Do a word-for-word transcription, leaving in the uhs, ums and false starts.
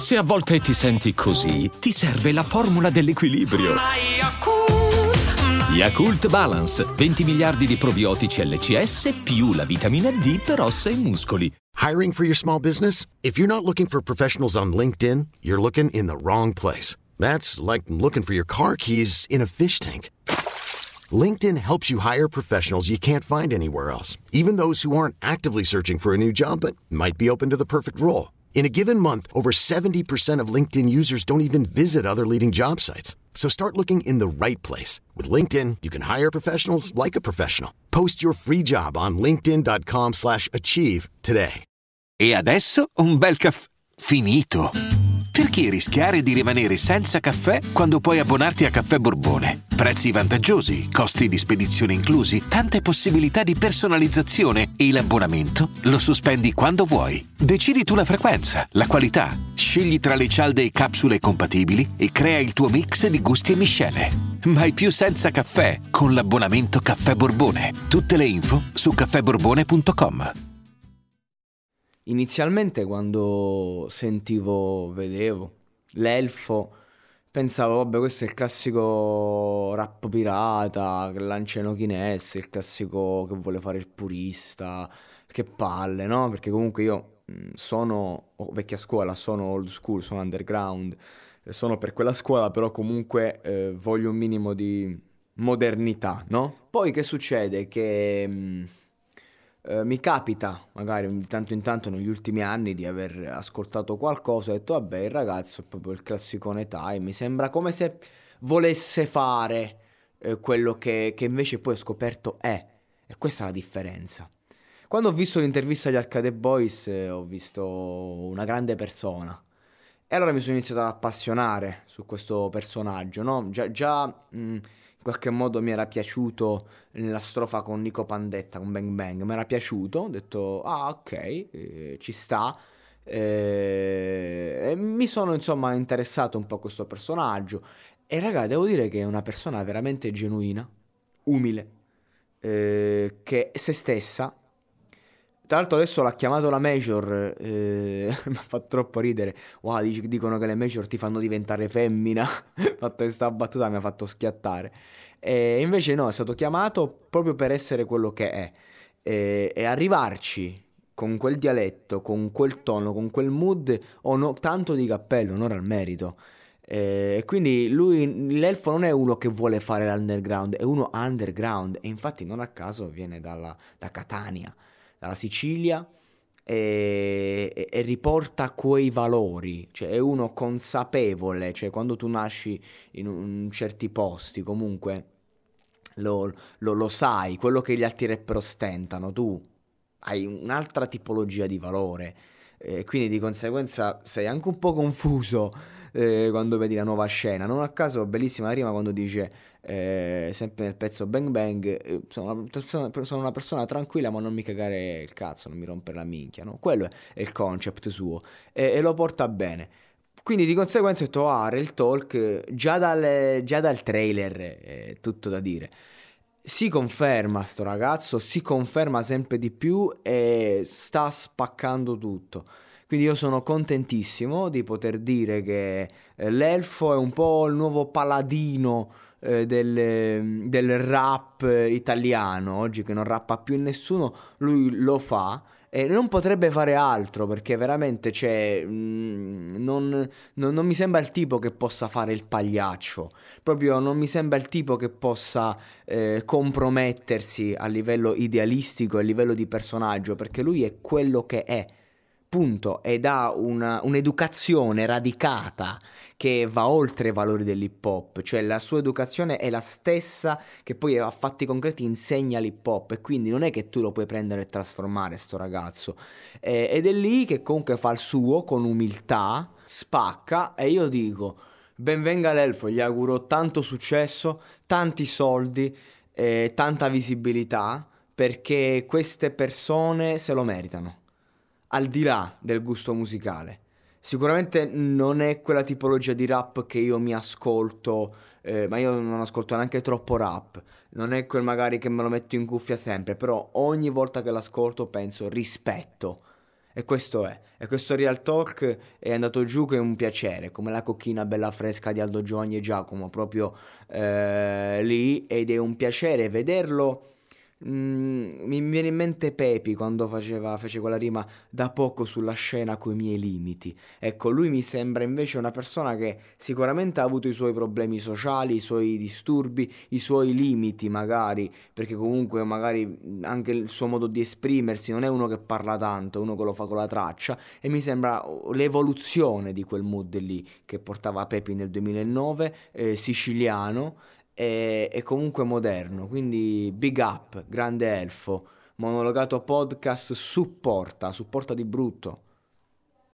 Se a volte ti senti così, ti serve la formula dell'equilibrio. Yakult Balance, venti miliardi di probiotici L C S più la vitamina D per ossa e muscoli. Hiring for your small business? If you're not looking for professionals on LinkedIn, you're looking in the wrong place. That's like looking for your car keys in a fish tank. LinkedIn helps you hire professionals you can't find anywhere else, even those who aren't actively searching for a new job but might be open to the perfect role. In a given month, over seventy percent of LinkedIn users don't even visit other leading job sites. So start looking in the right place. With LinkedIn, you can hire professionals like a professional. Post your free job on linkedin.com slash achieve today. E adesso un bel caffè finito. Perché rischiare di rimanere senza caffè quando puoi abbonarti a Caffè Borbone? Prezzi vantaggiosi, costi di spedizione inclusi, tante possibilità di personalizzazione e l'abbonamento lo sospendi quando vuoi. Decidi tu la frequenza, la qualità, scegli tra le cialde e capsule compatibili e crea il tuo mix di gusti e miscele. Mai più senza caffè con l'abbonamento Caffè Borbone. Tutte le info su caffè borbone punto com. Inizialmente quando sentivo, vedevo l'elfo, pensavo, vabbè, questo è il classico rap pirata che lancia i Nokia, il classico che vuole fare il purista, che palle, no? Perché comunque io mh, sono oh, vecchia scuola, sono old school, sono underground, eh, sono per quella scuola, però comunque eh, voglio un minimo di modernità, no? Poi che succede? Che... Mh, Uh, mi capita magari di tanto in tanto negli ultimi anni di aver ascoltato qualcosa e ho detto vabbè, il ragazzo è proprio il classicone time, mi sembra come se volesse fare eh, quello che, che invece poi ho scoperto è, e questa è la differenza. Quando ho visto l'intervista agli Arcade Boys eh, ho visto una grande persona e allora mi sono iniziato ad appassionare su questo personaggio, no? Già, già mh, in qualche modo mi era piaciuto nella strofa con Nico Pandetta, con Bang Bang, mi era piaciuto, ho detto ah ok, eh, ci sta, eh, e mi sono insomma interessato un po' a questo personaggio e raga, devo dire che è una persona veramente genuina, umile, eh, che è se stessa. Tra l'altro adesso l'ha chiamato la Major, eh, mi ha fatto troppo ridere. Wow, dic- dicono che le Major ti fanno diventare femmina. Ha fatto questa battuta, mi ha fatto schiattare. E invece no, è stato chiamato proprio per essere quello che è. E, e arrivarci con quel dialetto, con quel tono, con quel mood, ho no, tanto di cappello, onore al merito. E quindi lui, l'elfo non è uno che vuole fare l'underground, è uno underground. E infatti non a caso viene dalla, da Catania, dalla Sicilia, e, e, e riporta quei valori, cioè è uno consapevole, cioè quando tu nasci in, un, in certi posti comunque lo, lo, lo sai, quello che gli altri rapper ostentano, tu hai un'altra tipologia di valore, e quindi di conseguenza sei anche un po' confuso eh, quando vedi la nuova scena. Non a caso, bellissima la rima quando dice eh, sempre nel pezzo Bang Bang, eh, sono, una persona, sono una persona tranquilla ma non mi cagare il cazzo, non mi rompere la minchia, no? Quello è, è il concept suo e, e lo porta bene. Quindi di conseguenza ho detto ah, Real Talk, già dal, già dal trailer è tutto da dire. Si conferma sto ragazzo, si conferma sempre di più e sta spaccando tutto. Quindi io sono contentissimo di poter dire che eh, l'elfo è un po' il nuovo paladino eh, del, del rap italiano. Oggi che non rappa più nessuno, lui lo fa. E non potrebbe fare altro perché veramente c'è, mh, non, non, non mi sembra il tipo che possa fare il pagliaccio, proprio non mi sembra il tipo che possa eh, compromettersi a livello idealistico, a livello di personaggio, perché lui è quello che è, punto, ed ha una, un'educazione radicata che va oltre i valori dell'hip hop, cioè la sua educazione è la stessa che poi a fatti concreti insegna l'hip hop e quindi non è che tu lo puoi prendere e trasformare sto ragazzo, eh, ed è lì che comunque fa il suo con umiltà, spacca e io dico benvenga l'elfo, gli auguro tanto successo, tanti soldi, eh, tanta visibilità perché queste persone se lo meritano. Al di là del gusto musicale, sicuramente non è quella tipologia di rap che io mi ascolto, eh, ma io non ascolto neanche troppo rap, non è quel magari che me lo metto in cuffia sempre, però ogni volta che l'ascolto penso rispetto, E questo è. E questo Real Talk è andato giù che è un piacere, come la cocchina bella fresca di Aldo Giovanni e Giacomo, proprio eh, lì, ed è un piacere vederlo. Mm, mi viene in mente Pepi quando faceva, fece quella rima da poco sulla scena coi miei limiti. Ecco, lui mi sembra invece una persona che sicuramente ha avuto i suoi problemi sociali, i suoi disturbi, i suoi limiti magari, perché comunque magari anche il suo modo di esprimersi non è uno che parla tanto, è uno che lo fa con la traccia, e mi sembra l'evoluzione di quel mood lì che portava Pepi nel duemilanove, eh, siciliano e, e comunque moderno. Quindi big up, grande elfo, monologato podcast, supporta, supporta di brutto.